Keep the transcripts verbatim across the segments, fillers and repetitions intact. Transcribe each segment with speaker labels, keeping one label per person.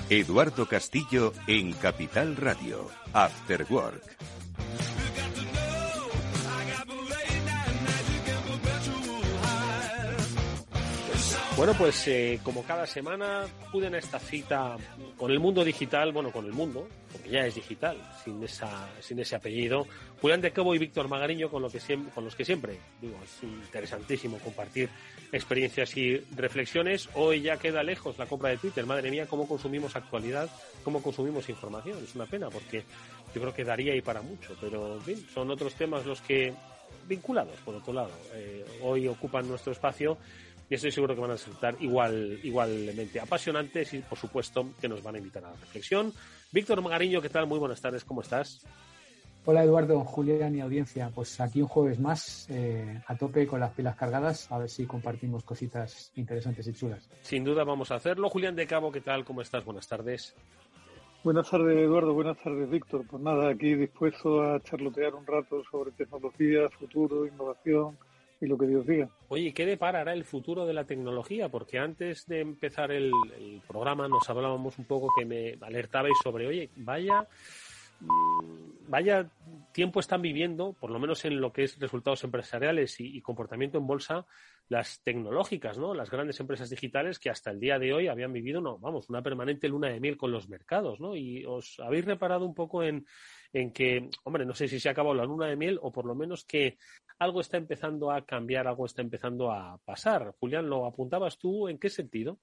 Speaker 1: Eduardo Castillo en Capital Radio, After Work.
Speaker 2: Bueno, pues eh, como cada semana acuden a esta cita con el mundo digital, bueno, con el mundo, porque ya es digital, sin esa, sin ese apellido, Julián de Cabo y Víctor Magariño, con, lo que siempre, con los que siempre, digo, es interesantísimo compartir experiencias y reflexiones. Hoy ya queda lejos la compra de Twitter, madre mía, cómo consumimos actualidad, cómo consumimos información, es una pena, porque yo creo que daría y para mucho, pero en fin, son otros temas los que, vinculados, por otro lado, eh, hoy ocupan nuestro espacio. Y estoy seguro que van a resultar igual, igualmente apasionantes y, por supuesto, que nos van a invitar a la reflexión. Víctor Magariño, ¿qué tal? Muy buenas tardes, ¿cómo estás?
Speaker 3: Hola, Eduardo, Julián y audiencia. Pues aquí un jueves más, eh, a tope con las pilas cargadas, a ver si compartimos cositas interesantes y chulas.
Speaker 2: Sin duda vamos a hacerlo. Julián de Cabo, ¿qué tal? ¿Cómo estás? Buenas tardes.
Speaker 4: Buenas tardes, Eduardo. Buenas tardes, Víctor. Pues nada, aquí dispuesto a charlotear un rato sobre tecnología, futuro, innovación y lo que Dios diga.
Speaker 2: Oye, ¿qué deparará el futuro de la tecnología? Porque antes de empezar el, el programa nos hablábamos un poco, que me alertabais sobre, oye, vaya, vaya tiempo están viviendo, por lo menos en lo que es resultados empresariales y, y comportamiento en bolsa, las tecnológicas, ¿no? Las grandes empresas digitales que hasta el día de hoy habían vivido, no, vamos, una permanente luna de miel con los mercados, ¿no? Y os habéis reparado un poco en, en que, hombre, no sé si se ha acabado la luna de miel o por lo menos que algo está empezando a cambiar, algo está empezando a pasar. Julián, ¿lo apuntabas tú? ¿En qué sentido?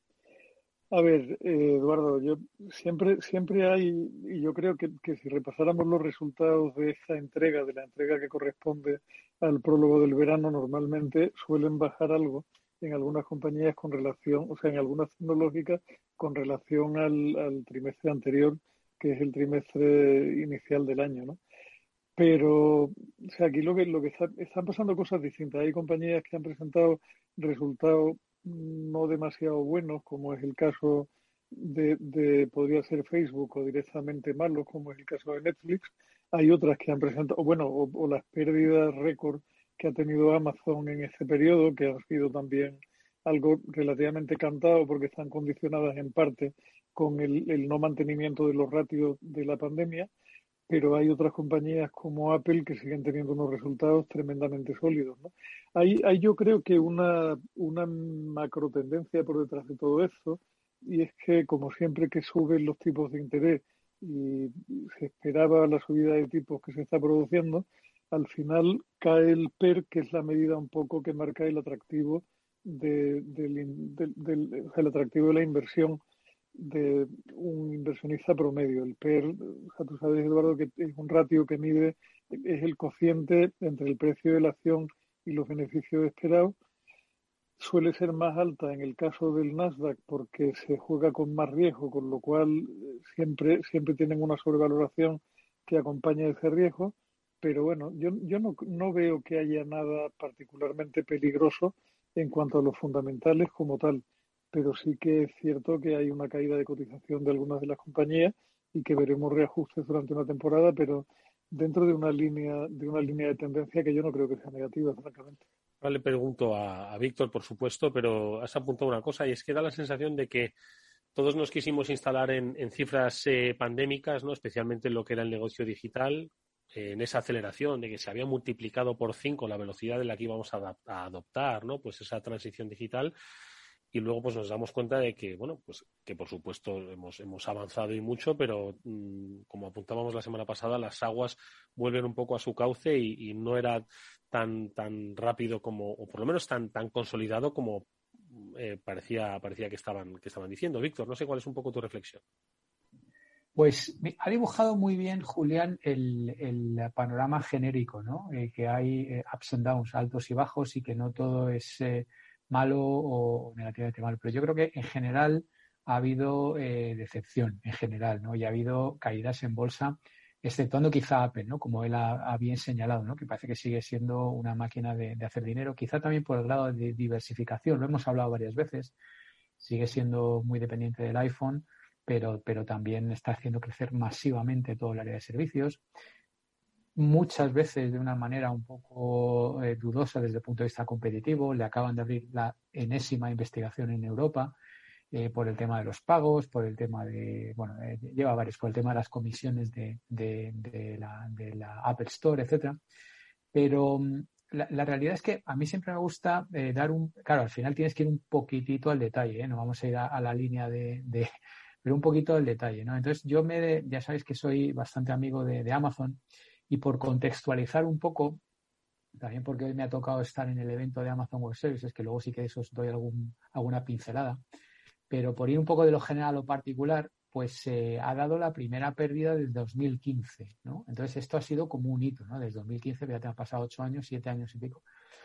Speaker 4: A ver, eh, Eduardo, yo siempre siempre hay, y yo creo que, que si repasáramos los resultados de esta entrega, de la entrega que corresponde al prólogo del verano, normalmente suelen bajar algo en algunas compañías con relación, o sea, en algunas tecnológicas con relación al, al trimestre anterior, que es el trimestre inicial del año, ¿no? Pero, o sea, aquí lo que, lo que está, están pasando cosas distintas. Hay compañías que han presentado resultados no demasiado buenos, como es el caso de, de, podría ser Facebook, o directamente malos, como es el caso de Netflix. Hay otras que han presentado, o bueno, o, o las pérdidas récord que ha tenido Amazon en este periodo, que han sido también algo relativamente cantado porque están condicionadas en parte con el, el no mantenimiento de los ratios de la pandemia. Pero hay otras compañías como Apple que siguen teniendo unos resultados tremendamente sólidos, ¿no? Hay, hay yo creo que una, una macro tendencia por detrás de todo esto, y es que como siempre que suben los tipos de interés y se esperaba la subida de tipos que se está produciendo, al final cae el P E R, que es la medida un poco que marca el atractivo de, del, del, del, el atractivo de la inversión de un inversionista promedio. El P E R, o sea, tú sabes, Eduardo, que es un ratio que mide, es el cociente entre el precio de la acción y los beneficios esperados. Suele ser más alta en el caso del Nasdaq porque se juega con más riesgo, con lo cual siempre, siempre tienen una sobrevaloración que acompaña ese riesgo. Pero bueno, yo, yo no, no veo que haya nada particularmente peligroso en cuanto a los fundamentales como tal. Pero sí que es cierto que hay una caída de cotización de algunas de las compañías y que veremos reajustes durante una temporada, pero dentro de una línea de una línea de tendencia que yo no creo que sea negativa, francamente.
Speaker 2: Ahora le pregunto a, a Víctor, por supuesto, pero has apuntado una cosa y es que da la sensación de que todos nos quisimos instalar en, en cifras eh, pandémicas, ¿no? Especialmente en lo que era el negocio digital, eh, en esa aceleración de que se había multiplicado por cinco la velocidad en la que íbamos a, a adoptar, ¿no? Pues esa transición digital. Y luego pues nos damos cuenta de que, bueno, pues que por supuesto hemos, hemos avanzado y mucho, pero mmm, como apuntábamos la semana pasada, las aguas vuelven un poco a su cauce y, y no era tan, tan rápido como, o por lo menos tan, tan consolidado como eh, parecía, parecía que estaban, que estaban diciendo. Víctor, no sé cuál es un poco tu reflexión.
Speaker 3: Pues ha dibujado muy bien, Julián, el, el panorama genérico, ¿no? Eh, que hay eh, ups and downs, altos y bajos, y que no todo es eh, malo o negativamente malo. Pero yo creo que en general ha habido eh, decepción, en general, ¿no? Y ha habido caídas en bolsa, exceptuando quizá Apple, ¿no? Como él ha, ha bien señalado, ¿no? Que parece que sigue siendo una máquina de, de hacer dinero, quizá también por el grado de diversificación. Lo hemos hablado varias veces. Sigue siendo muy dependiente del iPhone, pero, pero también está haciendo crecer masivamente todo el área de servicios, muchas veces de una manera un poco eh, dudosa desde el punto de vista competitivo. Le acaban de abrir la enésima investigación en Europa eh, por el tema de los pagos, por el tema de, bueno, eh, lleva varios, por el tema de las comisiones de, de, de, la, de la Apple Store, etcétera. Pero la, la realidad es que a mí siempre me gusta eh, dar un, claro, al final tienes que ir un poquitito al detalle, ¿eh? No vamos a ir a, a la línea de, de, pero un poquito al detalle, ¿no? Entonces yo me, ya sabéis que soy bastante amigo de, de Amazon, y por contextualizar un poco, también porque hoy me ha tocado estar en el evento de Amazon Web Services, que luego sí que eso os doy algún, alguna pincelada, pero por ir un poco de lo general a lo particular, pues eh, ha dado la primera pérdida desde dos mil quince, ¿no? Entonces esto ha sido como un hito, ¿no? Desde dos mil quince, ya te han pasado ocho años, siete años y pico.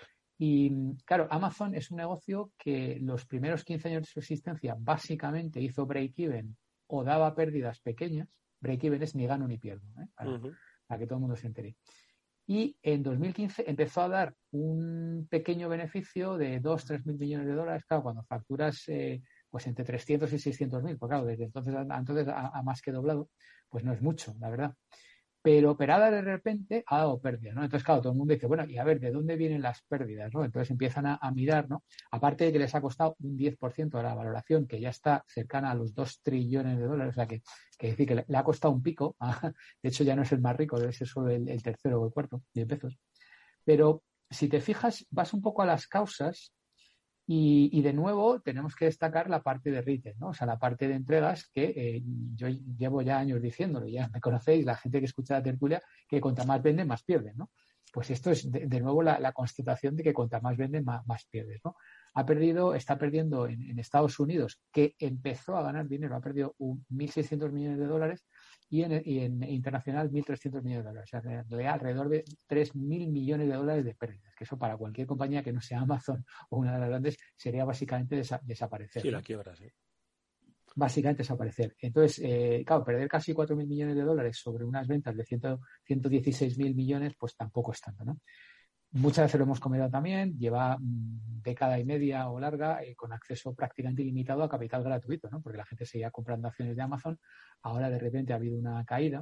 Speaker 3: Y claro, Amazon es un negocio que los primeros quince años de su existencia básicamente hizo break-even o daba pérdidas pequeñas. Break-even es ni gano ni pierdo, ¿eh? Para, uh-huh. para que todo el mundo se entere. Y en dos mil quince empezó a dar un pequeño beneficio de dos, tres mil millones de dólares. Claro, cuando facturas eh, pues entre trescientos y seiscientos mil, pues claro, desde entonces a, entonces a, a más que doblado, pues no es mucho, la verdad. Pero operada de repente ha dado pérdidas, ¿no? Entonces, claro, todo el mundo dice, bueno, y a ver, ¿de dónde vienen las pérdidas, no? Entonces empiezan a, a mirar, ¿no? Aparte de que les ha costado un diez por ciento de la valoración, que ya está cercana a los dos trillones de dólares, o sea, que, que decir que le, le ha costado un pico, de hecho ya no es el más rico, debe ser solo el, el tercero o el cuarto, diez pesos. Pero si te fijas, vas un poco a las causas. Y, y de nuevo tenemos que destacar la parte de retail, ¿no? O sea, la parte de entregas que eh, yo llevo ya años diciéndolo, ya me conocéis, la gente que escucha la tertulia, que cuanta más venden, más pierden, ¿no? Pues esto es de, de nuevo la, la constatación de que cuanta más venden, más, más pierdes, ¿no? Ha perdido, está perdiendo en, en Estados Unidos, que empezó a ganar dinero, ha perdido mil seiscientos millones de dólares, y en, y en internacional mil trescientos millones de dólares. O sea, en realidad alrededor de tres mil millones de dólares de pérdidas, que eso para cualquier compañía que no sea Amazon o una de las grandes sería básicamente desa- desaparecer.
Speaker 2: Sí,
Speaker 3: ¿no?
Speaker 2: la quiebra, sí.
Speaker 3: Básicamente desaparecer. Entonces, eh, claro, perder casi cuatro mil millones de dólares sobre unas ventas de ciento dieciséis mil millones, pues tampoco es tanto, ¿no? Muchas veces lo hemos comentado también, lleva mmm, década y media o larga eh, con acceso prácticamente ilimitado a capital gratuito, ¿no? Porque la gente seguía comprando acciones de Amazon, ahora de repente ha habido una caída.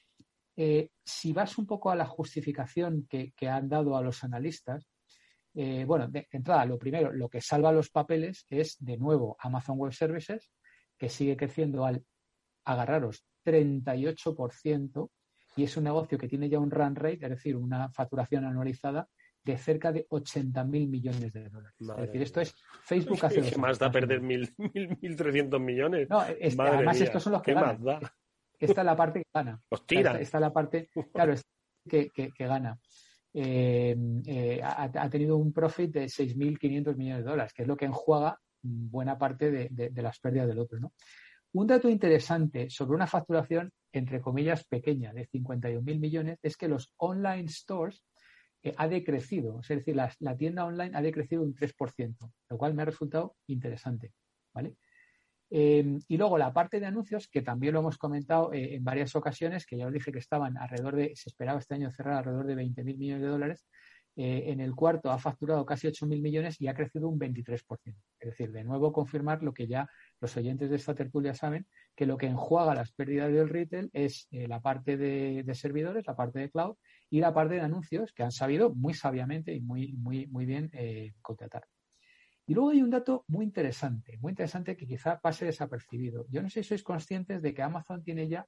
Speaker 3: Eh, si vas un poco a la justificación que, que han dado a los analistas, eh, bueno, de entrada, lo primero, lo que salva los papeles es, de nuevo, Amazon Web Services, que sigue creciendo al, agarraros, treinta y ocho por ciento, y es un negocio que tiene ya un run rate, es decir, una facturación anualizada de cerca de ochenta mil millones de dólares. Madre es decir, esto es Facebook hace dos años.
Speaker 2: ¿Qué más da perder mil, mil, mil trescientos millones?
Speaker 3: No, este, además mía, estos son los que ganan. Da? Esta es la parte que gana.
Speaker 2: Los tiran.
Speaker 3: Esta, esta es la parte, claro, esta que, que, que gana. Eh, eh, ha, ha tenido un profit de seis mil quinientos millones de dólares, que es lo que enjuaga buena parte de, de, de las pérdidas del otro, ¿no? Un dato interesante sobre una facturación, entre comillas, pequeña, de cincuenta y un mil millones, es que los online stores eh, ha decrecido, es decir, la, la tienda online ha decrecido un tres por ciento, lo cual me ha resultado interesante, ¿vale? Eh, y luego la parte de anuncios, que también lo hemos comentado eh, en varias ocasiones, que ya os dije que estaban alrededor de, se esperaba este año cerrar alrededor de veinte mil millones de dólares, eh, en el cuarto ha facturado casi ocho mil millones y ha crecido un veintitrés por ciento. Es decir, de nuevo confirmar lo que ya los oyentes de esta tertulia saben, que lo que enjuaga las pérdidas del retail es eh, la parte de, de servidores, la parte de cloud y la parte de anuncios, que han sabido muy sabiamente y muy, muy, muy bien eh, contratar. Y luego hay un dato muy interesante, muy interesante que quizá pase desapercibido. Yo no sé si sois conscientes de que Amazon tiene ya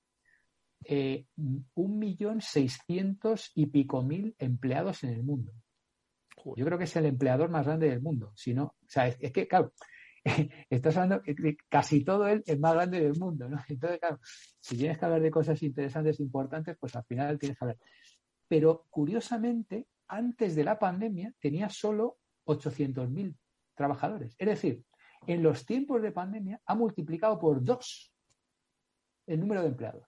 Speaker 3: eh, un millón seiscientos y pico mil empleados en el mundo. Yo creo que es el empleador más grande del mundo. Si no, o sea, es, es que, claro, estás hablando de casi todo él es más grande del mundo, ¿no? Entonces, claro, si tienes que hablar de cosas interesantes e importantes, pues al final tienes que hablar. Pero, curiosamente, antes de la pandemia tenía solo ochocientos mil trabajadores. Es decir, en los tiempos de pandemia ha multiplicado por dos el número de empleados.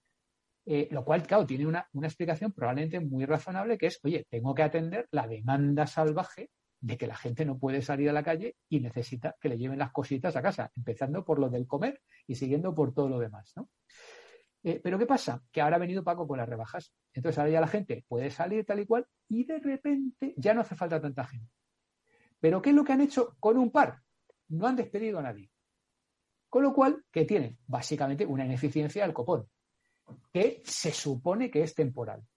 Speaker 3: Eh, lo cual, claro, tiene una, una explicación probablemente muy razonable, que es, oye, tengo que atender la demanda salvaje de que la gente no puede salir a la calle y necesita que le lleven las cositas a casa, empezando por lo del comer y siguiendo por todo lo demás, ¿no? Eh, pero ¿qué pasa? Que ahora ha venido Paco con las rebajas. Entonces ahora ya la gente puede salir tal y cual y de repente ya no hace falta tanta gente. ¿Pero qué es lo que han hecho con un par? No han despedido a nadie. Con lo cual, ¿qué tienen? Básicamente una ineficiencia del copón, que se supone que es temporal,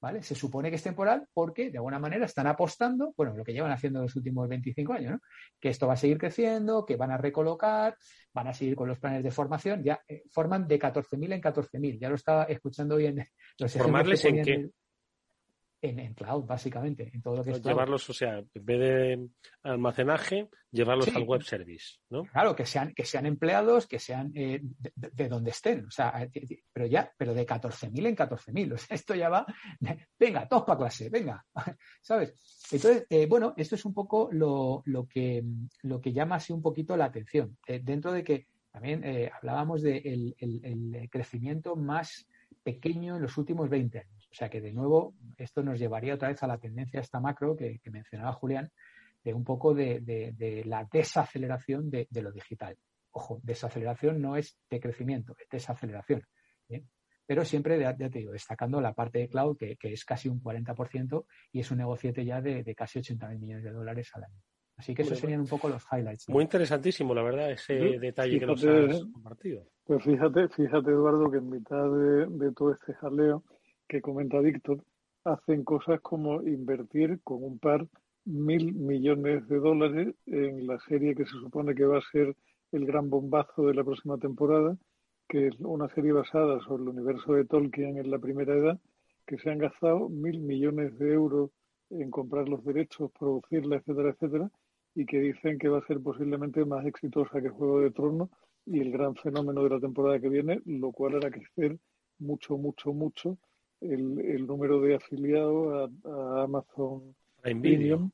Speaker 3: ¿vale? Se supone que es temporal porque, de alguna manera, están apostando, bueno, lo que llevan haciendo los últimos veinticinco años, ¿no? Que esto va a seguir creciendo, que van a recolocar, van a seguir con los planes de formación, ya eh, forman de catorce mil en catorce mil. Ya lo estaba escuchando hoy en los
Speaker 2: ¿Formarles en qué?
Speaker 3: En, en, en cloud, básicamente, en todo lo que es cloud.
Speaker 2: Llevarlos, o sea, en vez de almacenaje, llevarlos
Speaker 3: Sí,
Speaker 2: al web service, ¿no?
Speaker 3: Claro, que sean, que sean empleados, que sean eh, de, de donde estén, o sea, pero ya, pero de catorce mil en catorce mil, o sea, esto ya va, venga, todos para clase, venga, ¿sabes? Entonces, eh, bueno, esto es un poco lo, lo, que, lo que llama así un poquito la atención, eh, dentro de que también eh, hablábamos del de el, el crecimiento más pequeño en los últimos veinte años. O sea que, de nuevo, esto nos llevaría otra vez a la tendencia esta macro que, que mencionaba Julián, de un poco de, de, de la desaceleración de, de lo digital. Ojo, desaceleración no es de crecimiento, es desaceleración. ¿Bien? Pero siempre, ya te digo, destacando la parte de cloud, que, que es casi un cuarenta por ciento y es un negociete ya de, de casi ochenta mil millones de dólares al año. Así que esos serían un poco los highlights, ¿no?
Speaker 2: Muy interesantísimo, la verdad, ese
Speaker 4: sí,
Speaker 2: detalle
Speaker 4: fíjate,
Speaker 2: que nos has compartido.
Speaker 4: Pues fíjate, fíjate, Eduardo, que en mitad de, de todo este jaleo que comenta Víctor, hacen cosas como invertir con un par mil millones de dólares en la serie que se supone que va a ser el gran bombazo de la próxima temporada, que es una serie basada sobre el universo de Tolkien en la primera edad, que se han gastado mil millones de euros en comprar los derechos, producirla, etcétera, etcétera, y que dicen que va a ser posiblemente más exitosa que Juego de Tronos y el gran fenómeno de la temporada que viene, lo cual hará crecer mucho, mucho, mucho el, el número de afiliados a, a Amazon
Speaker 2: Prime
Speaker 4: Premium,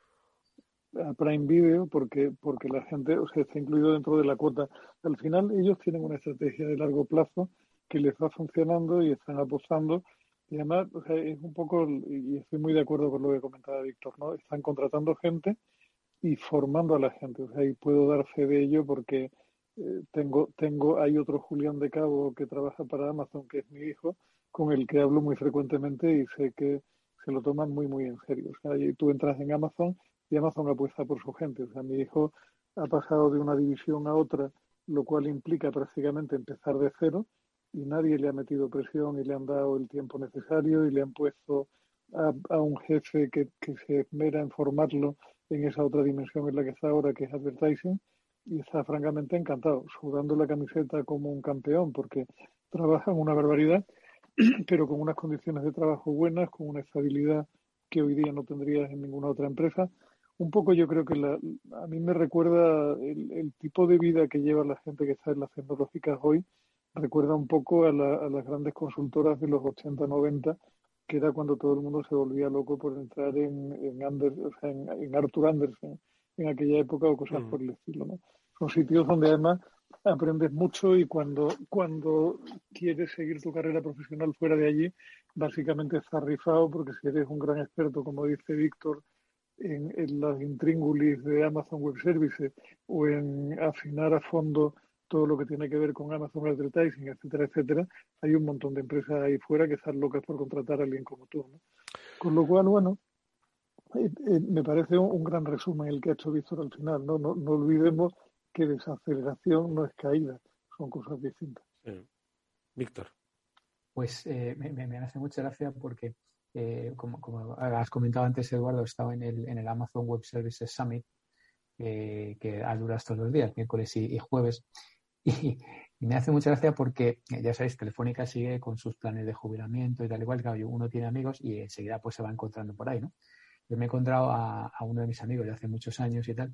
Speaker 4: a Prime Video, porque, porque la gente, o sea, está incluido dentro de la cuota. Al final ellos tienen una estrategia de largo plazo que les va funcionando y están apostando. Y además, o sea, es un poco, y estoy muy de acuerdo con lo que comentaba Víctor, ¿no? Están contratando gente y formando a la gente. O sea, y puedo dar fe de ello porque eh, tengo, tengo, hay otro Julián de Cabo que trabaja para Amazon, que es mi hijo, con el que hablo muy frecuentemente y sé que se lo toman muy, muy en serio. O sea, y tú entras en Amazon y Amazon apuesta por su gente. O sea, mi hijo ha pasado de una división a otra, lo cual implica prácticamente empezar de cero y nadie le ha metido presión y le han dado el tiempo necesario y le han puesto a, a un jefe que, que se esmera en formarlo en esa otra dimensión en la que está ahora, que es advertising, y está francamente encantado, sudando la camiseta como un campeón, porque trabajan una barbaridad, pero con unas condiciones de trabajo buenas, con una estabilidad que hoy día no tendrías en ninguna otra empresa. Un poco yo creo que la, a mí me recuerda el, el tipo de vida que lleva la gente que está en las tecnológicas hoy, recuerda un poco a, la, a las grandes consultoras de los ochenta noventa, que era cuando todo el mundo se volvía loco por entrar en, en, Ander, o sea, en, en Arthur Andersen en aquella época o cosas mm. por el estilo, ¿no? Son sitios donde además aprendes mucho y cuando, cuando quieres seguir tu carrera profesional fuera de allí, básicamente estás rifado porque si eres un gran experto, como dice Víctor, en, en las intríngulis de Amazon Web Services o en afinar a fondo todo lo que tiene que ver con Amazon Advertising, etcétera, etcétera, hay un montón de empresas ahí fuera que están locas por contratar a alguien como tú, ¿no? Con lo cual, bueno, eh, eh, me parece un, un gran resumen el que ha hecho Víctor al final, ¿no? No, no olvidemos que desaceleración no es caída, son cosas distintas.
Speaker 2: Sí. Víctor.
Speaker 3: Pues eh, me, me hace mucha gracia porque, eh, como, como has comentado antes, Eduardo, estaba en el, en el Amazon Web Services Summit, eh, que dura estos dos días, miércoles y, y jueves. Y, y me hace mucha gracia porque, ya sabéis, Telefónica sigue con sus planes de jubilamiento y tal igual. Claro, uno tiene amigos y enseguida pues se va encontrando por ahí, ¿no? Yo me he encontrado a, a uno de mis amigos de hace muchos años y tal,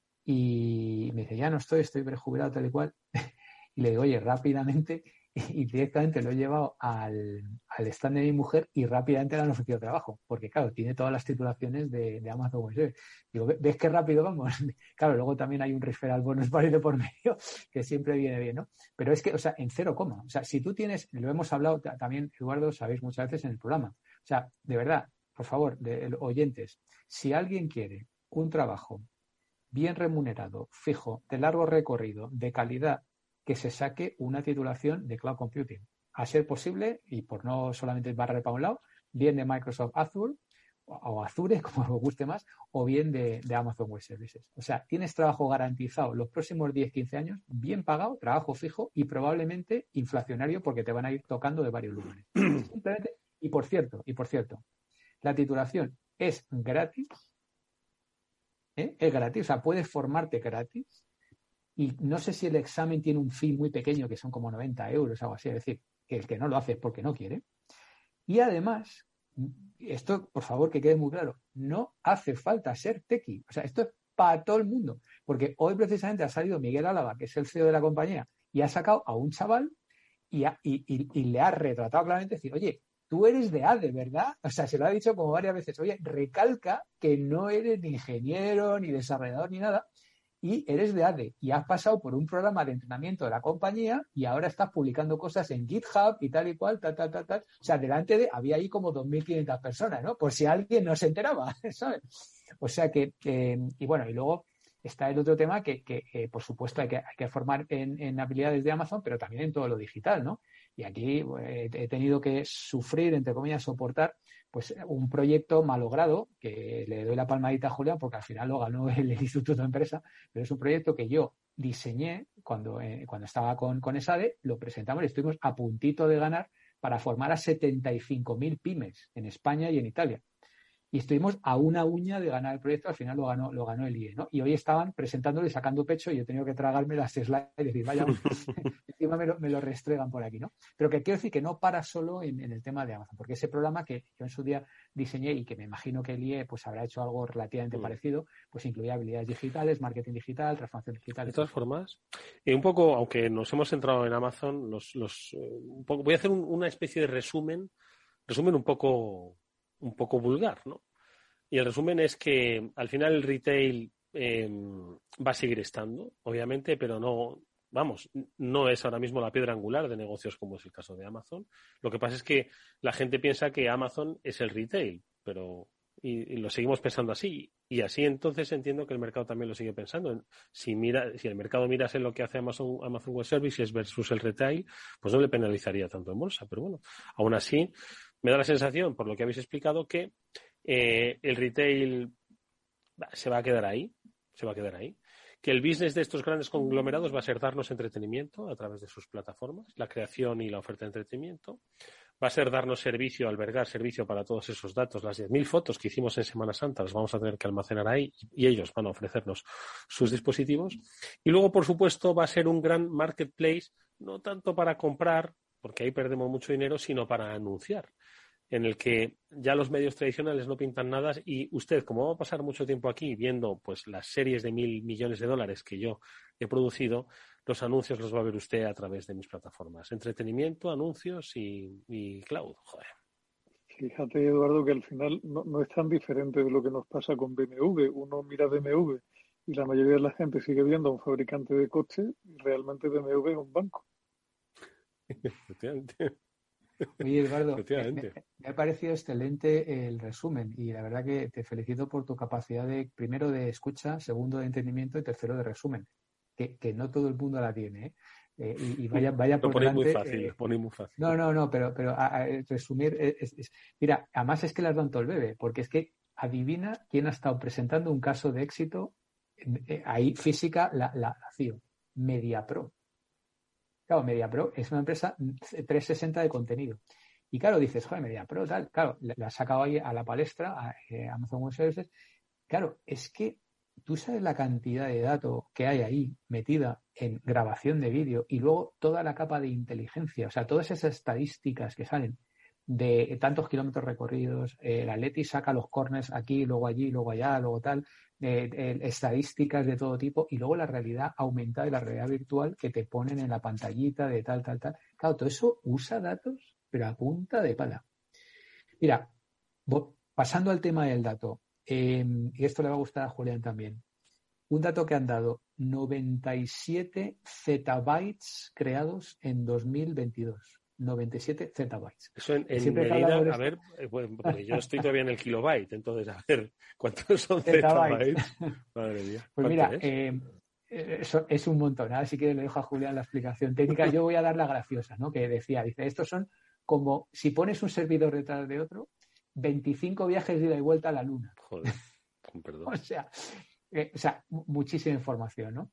Speaker 3: y me dice, ya no estoy, estoy prejubilado tal y cual. Y le digo, oye, rápidamente, y directamente lo he llevado al, al stand de mi mujer y rápidamente le han ofrecido trabajo, porque claro, tiene todas las titulaciones de, de Amazon Web Services. Digo, ¿ves qué rápido vamos? Claro, luego también hay un referral bonus válido por medio, que siempre viene bien, ¿no? Pero es que, o sea, en cero coma. O sea, si tú tienes, lo hemos hablado también, Eduardo, sabéis muchas veces en el programa. O sea, de verdad, por favor, de, de, oyentes, si alguien quiere un trabajo bien remunerado, fijo, de largo recorrido, de calidad, que se saque una titulación de Cloud Computing. A ser posible, y por no solamente barrer para un lado, bien de Microsoft Azure, o Azure, como os guste más, o bien de, de Amazon Web Services. O sea, tienes trabajo garantizado los próximos diez a quince años, bien pagado, trabajo fijo y probablemente inflacionario porque te van a ir tocando de varios lugares. Simplemente Y por cierto, y por cierto, la titulación es gratis, ¿eh? Es gratis, o sea, puedes formarte gratis. Y no sé si el examen tiene un fee muy pequeño, que son como noventa euros o algo así, es decir, que el que no lo hace es porque no quiere. Y además, esto, por favor, que quede muy claro, no hace falta ser tequi. O sea, esto es para todo el mundo. Porque hoy precisamente ha salido Miguel Álava, que es el C E O de la compañía, y ha sacado a un chaval y, ha, y, y, y le ha retratado claramente, decir, oye, tú eres de A D E, ¿verdad? O sea, se lo ha dicho como varias veces, oye, recalca que no eres ni ingeniero, ni desarrollador, ni nada, y eres de A D E y has pasado por un programa de entrenamiento de la compañía y ahora estás publicando cosas en GitHub y tal y cual, tal, tal, tal, tal. O sea, delante de, había ahí como dos mil quinientas personas, ¿no? Por si alguien no se enteraba, ¿sabes? O sea que, eh, y bueno, y luego está el otro tema que, que eh, por supuesto, hay que, hay que formar en, en habilidades de Amazon, pero también en todo lo digital, ¿no? Y aquí eh, he tenido que sufrir, entre comillas, soportar pues un proyecto malogrado, que le doy la palmadita a Julián porque al final lo ganó el, el Instituto de Empresa, pero es un proyecto que yo diseñé cuando, eh, cuando estaba con, con ESADE, lo presentamos y estuvimos a puntito de ganar para formar a setenta y cinco mil pymes en España y en Italia. Y estuvimos a una uña de ganar el proyecto, al final lo ganó, lo ganó el I E, ¿no? Y hoy estaban presentándolo y sacando pecho y yo he tenido que tragarme las slides y decir, vaya, encima me lo, me lo restregan por aquí, ¿no? Pero que quiero decir que no para solo en, en el tema de Amazon, porque ese programa que yo en su día diseñé y que me imagino que el I E pues habrá hecho algo relativamente mm. parecido, pues incluía habilidades digitales, marketing digital, transformación digital.
Speaker 2: De todas formas, y un poco, aunque nos hemos centrado en Amazon, los, los, eh, un poco, voy a hacer un, una especie de resumen, resumen un poco... un poco vulgar, ¿no? Y el resumen es que al final el retail eh, va a seguir estando, obviamente, pero no, vamos, no es ahora mismo la piedra angular de negocios como es el caso de Amazon. Lo que pasa es que la gente piensa que Amazon es el retail, pero y, y lo seguimos pensando así. Y así entonces entiendo que el mercado también lo sigue pensando. Si mira, si el mercado mirase lo que hace Amazon, Amazon Web Services versus el retail, pues no le penalizaría tanto en bolsa. Pero bueno, aún así me da la sensación, por lo que habéis explicado, que eh, el retail se va a quedar ahí, se va a quedar ahí. Que el business de estos grandes conglomerados va a ser darnos entretenimiento a través de sus plataformas, la creación y la oferta de entretenimiento. Va a ser darnos servicio, albergar servicio para todos esos datos. Las diez mil fotos que hicimos en Semana Santa las vamos a tener que almacenar ahí y ellos van a ofrecernos sus dispositivos. Y luego, por supuesto, va a ser un gran marketplace, no tanto para comprar, porque ahí perdemos mucho dinero, sino para anunciar, en el que ya los medios tradicionales no pintan nada y usted, como va a pasar mucho tiempo aquí viendo pues las series de mil millones de dólares que yo he producido, los anuncios los va a ver usted a través de mis plataformas. Entretenimiento, anuncios y, y cloud. Joder.
Speaker 4: Fíjate, Eduardo, que al final no, no es tan diferente de lo que nos pasa con B M W. Uno mira B M W y la mayoría de la gente sigue viendo a un fabricante de coches y realmente B M W es un banco.
Speaker 2: Efectivamente.
Speaker 3: Oye, Eduardo, me, me, me ha parecido excelente el resumen y la verdad que te felicito por tu capacidad de, primero, de escucha, segundo, de entendimiento y tercero, de resumen, que, que no todo el mundo la tiene, ¿eh? Eh, y, y vaya, vaya por
Speaker 2: lo ponéis
Speaker 3: delante.
Speaker 2: Muy fácil, eh, lo ponéis muy fácil.
Speaker 3: No, no, no, pero, pero a, a, resumir, es, es, mira, además es que le has dado todo el bebé, porque es que adivina quién ha estado presentando un caso de éxito, eh, ahí física, la, la, la C I O, MediaPro. Claro, MediaPro es una empresa trescientos sesenta de contenido. Y claro, dices, joder, MediaPro, tal. Claro, la has sacado ahí a la palestra, a eh, Amazon Web Services. Claro, es que tú sabes la cantidad de datos que hay ahí metida en grabación de vídeo y luego toda la capa de inteligencia, o sea, todas esas estadísticas que salen de tantos kilómetros recorridos, eh, el Atleti saca los corners aquí, luego allí, luego allá, luego tal, eh, eh, estadísticas de todo tipo y luego la realidad aumentada y la realidad virtual que te ponen en la pantallita de tal, tal, tal. Claro, todo eso usa datos, pero a punta de pala. Mira, pasando al tema del dato, eh, y esto le va a gustar a Julián también, un dato que han dado, noventa y siete zettabytes creados en dos mil veintidós. noventa y siete zettabytes.
Speaker 2: Eso en, en medida, a ver, bueno, porque yo estoy todavía en el kilobyte, entonces, a ver, ¿cuántos son zettabytes? Madre mía.
Speaker 3: Pues mira, eh, eso es un montón. Así que le dejo a Julián la explicación técnica. Yo voy a dar la graciosa, ¿no? Que decía, dice, estos son como si pones un servidor detrás de otro, veinticinco viajes de ida y vuelta a la Luna.
Speaker 2: Joder, con perdón.
Speaker 3: o sea, eh, o sea, muchísima información, ¿no?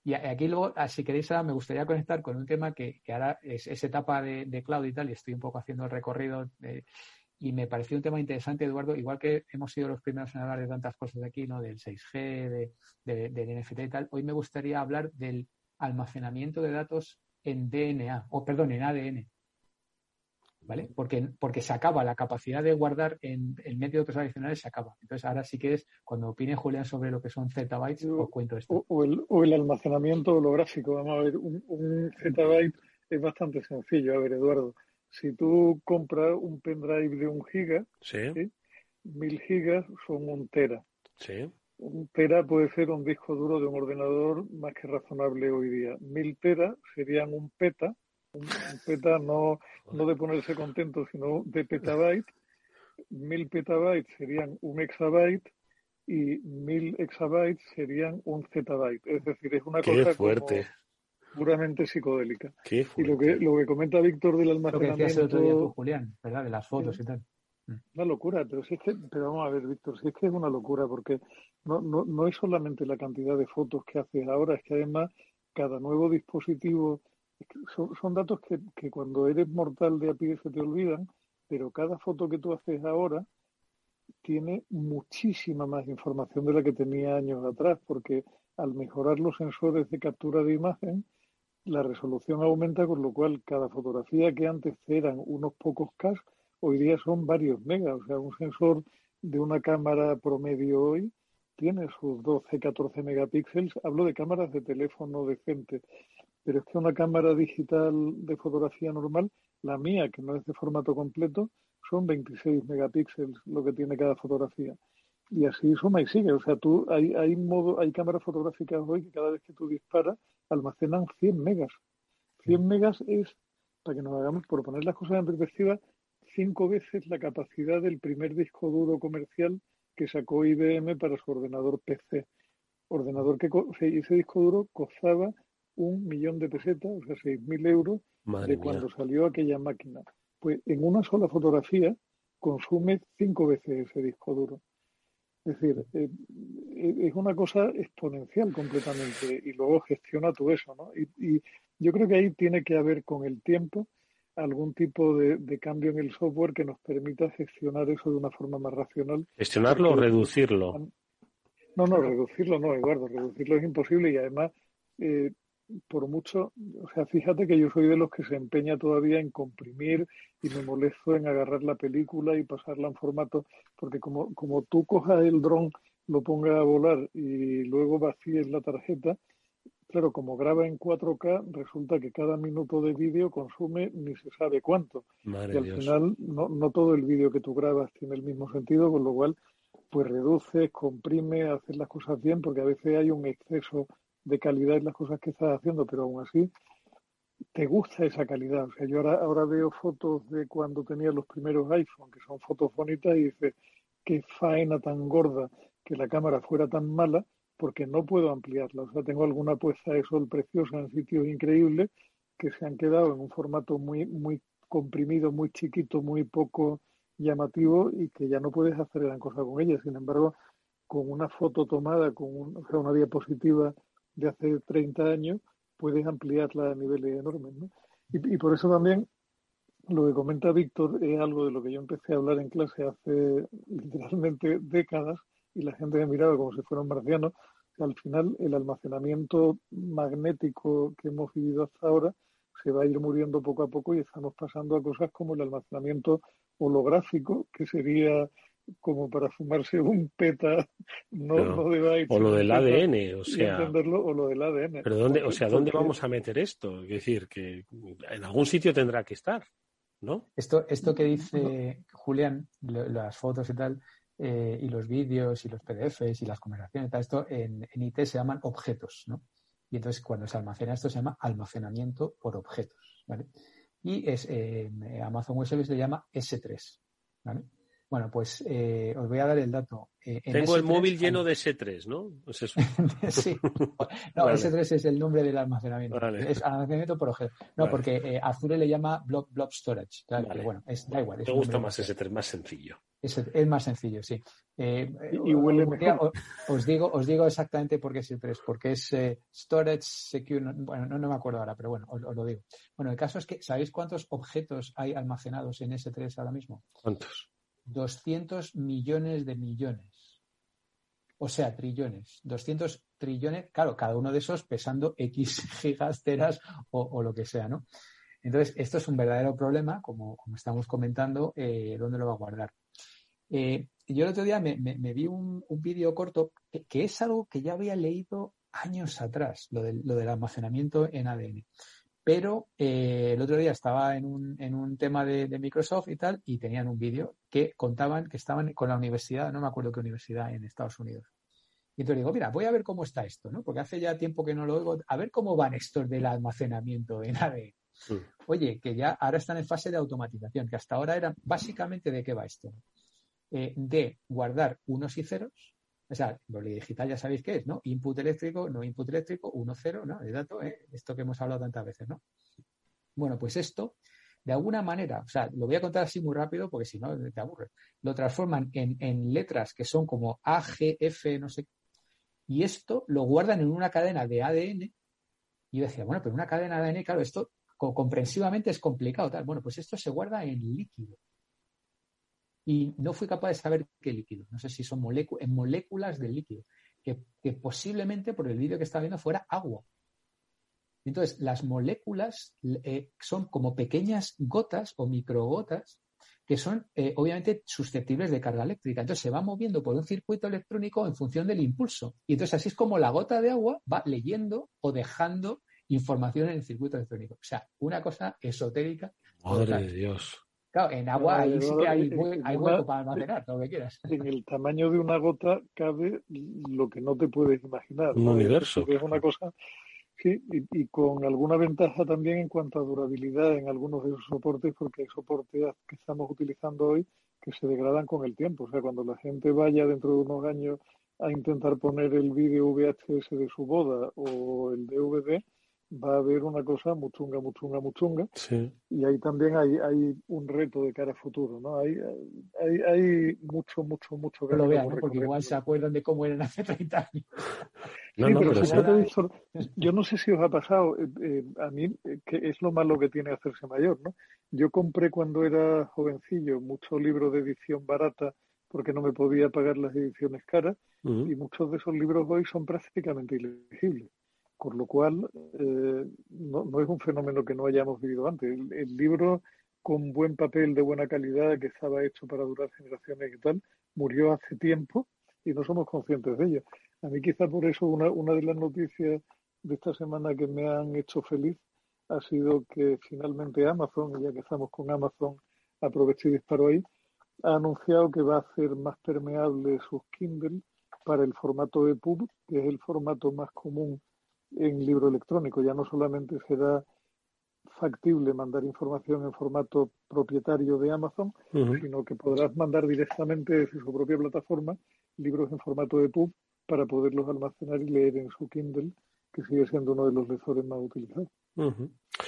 Speaker 3: Y aquí luego, si queréis, ahora me gustaría conectar con un tema que, que ahora es, es etapa de, de cloud y tal, y estoy un poco haciendo el recorrido de, y me pareció un tema interesante, Eduardo, igual que hemos sido los primeros en hablar de tantas cosas de aquí, ¿no? Del seis G, de, de, del N F T y tal, hoy me gustaría hablar del almacenamiento de datos en D N A, o perdón, en A D N. ¿Vale? Porque, porque se acaba la capacidad de guardar en, en métodos tradicionales, se acaba. Entonces, ahora si quieres, cuando opine Julián sobre lo que son zettabytes, os cuento esto.
Speaker 4: O, o, el, o el almacenamiento holográfico. Vamos a ver, un, un zettabyte es bastante sencillo. A ver, Eduardo, si tú compras un pendrive de un giga,
Speaker 2: sí.
Speaker 4: ¿sí? Mil gigas son un tera.
Speaker 2: Sí.
Speaker 4: Un tera puede ser un disco duro de un ordenador más que razonable hoy día. Mil teras serían un peta. Un, un peta no, no de ponerse contento, sino de petabyte. Mil petabytes serían un exabyte y mil exabytes serían un zettabyte. Es decir, es una
Speaker 2: Qué
Speaker 4: cosa
Speaker 2: fuerte.
Speaker 4: como puramente psicodélica.
Speaker 2: Qué fuerte.
Speaker 4: Y lo que, lo que comenta Víctor del
Speaker 3: Lo que
Speaker 4: almacenamiento...
Speaker 3: decías el otro día tú, Julián, ¿verdad? De las fotos
Speaker 4: sí,
Speaker 3: y tal.
Speaker 4: Una locura, pero si es que, pero vamos a ver, Víctor, si es que es una locura, porque no, no, no es solamente la cantidad de fotos que haces ahora, es que además cada nuevo dispositivo, son, son datos que, que cuando eres mortal de a pie se te olvidan, pero cada foto que tú haces ahora tiene muchísima más información de la que tenía años atrás, porque al mejorar los sensores de captura de imagen, la resolución aumenta, con lo cual cada fotografía que antes eran unos pocos K, hoy día son varios megas. O sea, un sensor de una cámara promedio hoy tiene sus doce, catorce megapíxeles. Hablo de cámaras de teléfono decente, pero es que una cámara digital de fotografía normal, la mía, que no es de formato completo, son veintiséis megapíxeles lo que tiene cada fotografía. Y así suma y sigue. O sea, tú hay, hay modo, hay cámaras fotográficas hoy que cada vez que tú disparas almacenan cien megas. cien megas es, para que nos hagamos, por poner las cosas en perspectiva, cinco veces la capacidad del primer disco duro comercial que sacó I B M para su ordenador P C. Ordenador que ese disco duro costaba un millón de pesetas, o sea, seis mil euros,
Speaker 2: Madre
Speaker 4: de
Speaker 2: mía.
Speaker 4: cuando salió aquella máquina. Pues en una sola fotografía consume cinco veces ese disco duro. Es decir, eh, es una cosa exponencial completamente y luego gestiona todo eso, ¿no? Y, y yo creo que ahí tiene que haber con el tiempo algún tipo de, de cambio en el software que nos permita gestionar eso de una forma más racional.
Speaker 2: ¿Gestionarlo o reducirlo?
Speaker 4: No, no, reducirlo no, Eduardo, reducirlo es imposible y además, eh, por mucho, o sea, fíjate que yo soy de los que se empeña todavía en comprimir y me molesto en agarrar la película y pasarla en formato, porque como, como tú cojas el dron, lo pongas a volar y luego vacíes la tarjeta, claro, como graba en cuatro K, resulta que cada minuto de vídeo consume ni se sabe cuánto.
Speaker 2: Madre
Speaker 4: y al
Speaker 2: Dios.
Speaker 4: final no, no todo el vídeo que tú grabas tiene el mismo sentido, con lo cual pues reduces, comprime, haces las cosas bien, porque a veces hay un exceso de calidad en las cosas que estás haciendo, pero aún así te gusta esa calidad. O sea, yo ahora, ahora veo fotos de cuando tenía los primeros iPhone, que son fotos bonitas, y dices, qué faena tan gorda que la cámara fuera tan mala, porque no puedo ampliarla. O sea, tengo alguna puesta de sol preciosa en sitios increíbles que se han quedado en un formato muy, muy comprimido, muy chiquito, muy poco llamativo y que ya no puedes hacer gran cosa con ella. Sin embargo, con una foto tomada, con un, o sea, una diapositiva de hace treinta años, puedes ampliarla a niveles enormes, ¿no? Y, y por eso también lo que comenta Víctor es algo de lo que yo empecé a hablar en clase hace literalmente décadas y la gente me miraba como si fueran marcianos. Al final, el almacenamiento magnético que hemos vivido hasta ahora se va a ir muriendo poco a poco y estamos pasando a cosas como el almacenamiento holográfico, que sería como para fumarse un peta, no,
Speaker 2: Pero,
Speaker 4: no de bytes,
Speaker 2: o lo
Speaker 4: sino
Speaker 2: del
Speaker 4: peta,
Speaker 2: A D N, o
Speaker 4: y
Speaker 2: sea,
Speaker 4: entenderlo, o lo del A D N.
Speaker 2: pero dónde,
Speaker 4: porque,
Speaker 2: o sea, ¿dónde
Speaker 4: porque,
Speaker 2: vamos a meter esto? Es decir, que en algún sitio tendrá que estar, ¿no?
Speaker 3: Esto, esto que dice Julián, lo, las fotos y tal, eh, y los vídeos y los P D Fs y las conversaciones, tal, esto en, en I T se llaman objetos, ¿no? Y entonces cuando se almacena esto se llama almacenamiento por objetos, ¿vale? Y es, eh, Amazon Web Services le llama ese tres, ¿vale? Bueno, pues eh, os voy a dar el dato. Eh, en
Speaker 2: Tengo
Speaker 3: ese
Speaker 2: el
Speaker 3: tres,
Speaker 2: móvil lleno de ese tres, ¿no? Pues eso.
Speaker 3: Sí. No,
Speaker 2: Vale.
Speaker 3: ese tres es el nombre del almacenamiento.
Speaker 2: Vale.
Speaker 3: Es almacenamiento por objeto. No,
Speaker 2: Vale.
Speaker 3: porque eh, Azure le llama blob, blob storage. Claro,
Speaker 2: Vale.
Speaker 3: que bueno, es, da igual. Es
Speaker 2: Me
Speaker 3: un
Speaker 2: gusta
Speaker 3: nombre
Speaker 2: más
Speaker 3: comercial.
Speaker 2: ese tres, más sencillo.
Speaker 3: Es, es más sencillo, sí. Eh,
Speaker 4: Y, y huele
Speaker 3: un día
Speaker 4: mejor.
Speaker 3: os, os digo, os digo exactamente por qué es el tres, porque es eh, Storage Secure, no- bueno, no, no me acuerdo ahora, pero bueno, os, os lo digo. Bueno, el caso es que, ¿sabéis cuántos objetos hay almacenados en ese tres ahora mismo?
Speaker 2: ¿Cuántos?
Speaker 3: doscientos millones de millones. O sea, trillones. doscientos trillones, claro, cada uno de esos pesando X gigas, teras o, o lo que sea, ¿no? Entonces, esto es un verdadero problema, como, como estamos comentando, eh, ¿dónde lo va a guardar? Eh, yo el otro día me, me, me vi un, un vídeo corto que, que es algo que ya había leído años atrás, lo del, lo del almacenamiento en A D N. Pero eh, el otro día estaba en un, en un tema de, de Microsoft y tal, y tenían un vídeo que contaban que estaban con la universidad, no me acuerdo qué universidad en Estados Unidos. Y entonces digo, mira, voy a ver cómo está esto, ¿no? Porque hace ya tiempo que no lo oigo, a ver cómo van estos del almacenamiento en A D N.
Speaker 2: Sí.
Speaker 3: Oye, que ya ahora están en fase de automatización, que hasta ahora eran básicamente de qué va esto. Eh, de guardar unos y ceros, o sea, doble digital ya sabéis qué es, ¿no? Input eléctrico, no input eléctrico, uno, cero, ¿no? De dato, ¿eh? Esto que hemos hablado tantas veces, ¿no? Bueno, pues esto, de alguna manera, o sea, lo voy a contar así muy rápido porque si no te aburres, lo transforman en, en letras que son como A, G, F, no sé, y esto lo guardan en una cadena de A D N. Y yo decía, bueno, pero una cadena de A D N, claro, esto comprensivamente es complicado, tal. Bueno, pues esto se guarda en líquido. Y no fui capaz de saber qué líquido. No sé si son moléculas, en moléculas del líquido. Que, que posiblemente, por el vídeo que estaba viendo, fuera agua. Entonces, las moléculas eh, son como pequeñas gotas o microgotas que son, eh, obviamente, susceptibles de carga eléctrica. Entonces, se va moviendo por un circuito electrónico en función del impulso. Y entonces, así es como la gota de agua va leyendo o dejando información en el circuito electrónico. O sea, una cosa esotérica.
Speaker 2: Madre
Speaker 3: total.
Speaker 2: de Dios.
Speaker 3: Claro, en agua ahí sí que hay, hue- hay
Speaker 4: Una-
Speaker 3: hueco para almacenar, lo que quieras.
Speaker 4: En el tamaño de una gota cabe lo que no te puedes imaginar,
Speaker 2: Un
Speaker 4: ¿no?
Speaker 2: universo.
Speaker 4: Es, decir, es una cosa, sí, y, y con alguna ventaja también en cuanto a durabilidad en algunos de esos soportes, porque hay soportes que estamos utilizando hoy que se degradan con el tiempo. O sea, cuando la gente vaya dentro de unos años a intentar poner el vídeo V H S de su boda o el D V D, va a haber una cosa muy chunga, muy chunga, muy chunga.
Speaker 2: Sí.
Speaker 4: Y ahí también hay, hay un reto de cara a futuro, ¿no? Hay, hay, hay mucho, mucho, mucho
Speaker 3: No lo
Speaker 4: camino
Speaker 3: vean,
Speaker 4: por
Speaker 3: ¿no? Porque
Speaker 4: recorrer.
Speaker 3: igual se acuerdan de cómo eran hace treinta años.
Speaker 2: No,
Speaker 4: Sí,
Speaker 2: no,
Speaker 4: pero
Speaker 2: pero
Speaker 4: fíjate,
Speaker 3: sí.
Speaker 4: Víctor, yo no sé si os ha pasado, eh, eh, a mí, eh, que es lo malo que tiene hacerse mayor, ¿no? Yo compré cuando era jovencillo muchos libros de edición barata porque no me podía pagar las ediciones caras,
Speaker 2: uh-huh.
Speaker 4: y muchos de esos libros hoy son prácticamente ilegibles. Con lo cual, eh, no, no es un fenómeno que no hayamos vivido antes. El, el libro con buen papel, de buena calidad, que estaba hecho para durar generaciones y tal, murió hace tiempo y no somos conscientes de ello. A mí quizá por eso una, una de las noticias de esta semana que me han hecho feliz ha sido que finalmente Amazon, y ya que estamos con Amazon, aproveché y disparo ahí, ha anunciado que va a hacer más permeable sus Kindle para el formato E P U B, que es el formato más común en libro electrónico. Ya no solamente será factible mandar información en formato propietario de Amazon, uh-huh. sino que podrás mandar directamente desde su propia plataforma libros en formato E P U B para poderlos almacenar y leer en su Kindle, que sigue siendo uno de los lectores más utilizados.
Speaker 2: Uh-huh.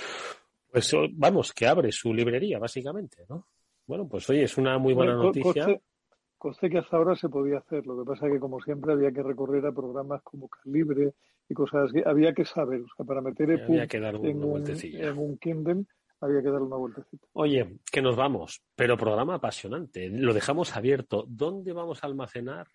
Speaker 2: Pues vamos, que abre su librería, básicamente, ¿no? Bueno, pues oye, es una muy buena
Speaker 4: bueno,
Speaker 2: noticia.
Speaker 4: Coste, coste que hasta ahora se podía hacer. Lo que pasa es que, como siempre, había que recorrer a programas como Calibre y cosas así. Había que saber, o sea, para meter E P U B
Speaker 2: que dar
Speaker 4: en, un, en un Kindle, había que darle una vueltecita.
Speaker 2: Oye, que nos vamos, pero programa apasionante. Lo dejamos abierto. ¿Dónde vamos a almacenar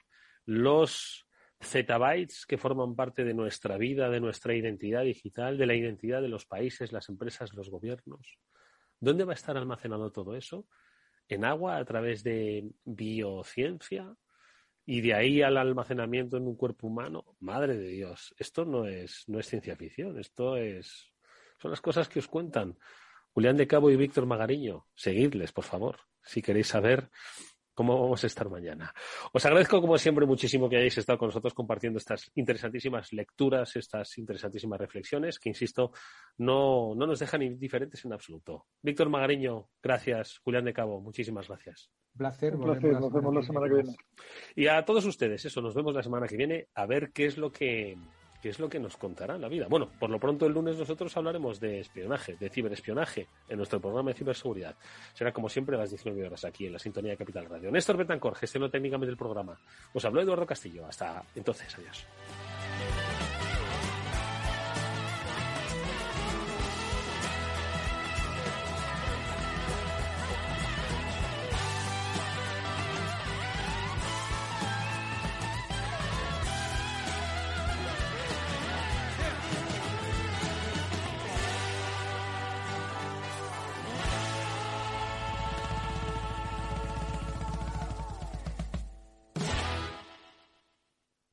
Speaker 2: los zettabytes que forman parte de nuestra vida, de nuestra identidad digital, de la identidad de los países, las empresas, los gobiernos? ¿Dónde va a estar almacenado todo eso? ¿En agua a través de biociencia? Y de ahí al almacenamiento en un cuerpo humano. Madre de Dios, esto no es, no es ciencia ficción, esto es, son las cosas que os cuentan Julián de Cabo y Víctor Magariño. Seguidles, por favor, si queréis saber ¿Cómo vamos a estar mañana? Os agradezco, como siempre, muchísimo que hayáis estado con nosotros compartiendo estas interesantísimas lecturas, estas interesantísimas reflexiones, que, insisto, no, no nos dejan indiferentes en absoluto. Víctor Magariño, gracias. Julián de Cabo, muchísimas gracias.
Speaker 3: Un placer.
Speaker 4: Un placer. Nos vemos la semana que viene.
Speaker 2: Y a todos ustedes, eso, nos vemos la semana que viene a ver qué es lo que... ¿Qué es lo que nos contará la vida? Bueno, por lo pronto el lunes nosotros hablaremos de espionaje, de ciberespionaje, en nuestro programa de ciberseguridad. Será como siempre a las diecinueve horas aquí en la sintonía de Capital Radio. Néstor Betancor gestionó técnicamente el programa. Os habló Eduardo Castillo. Hasta entonces, adiós.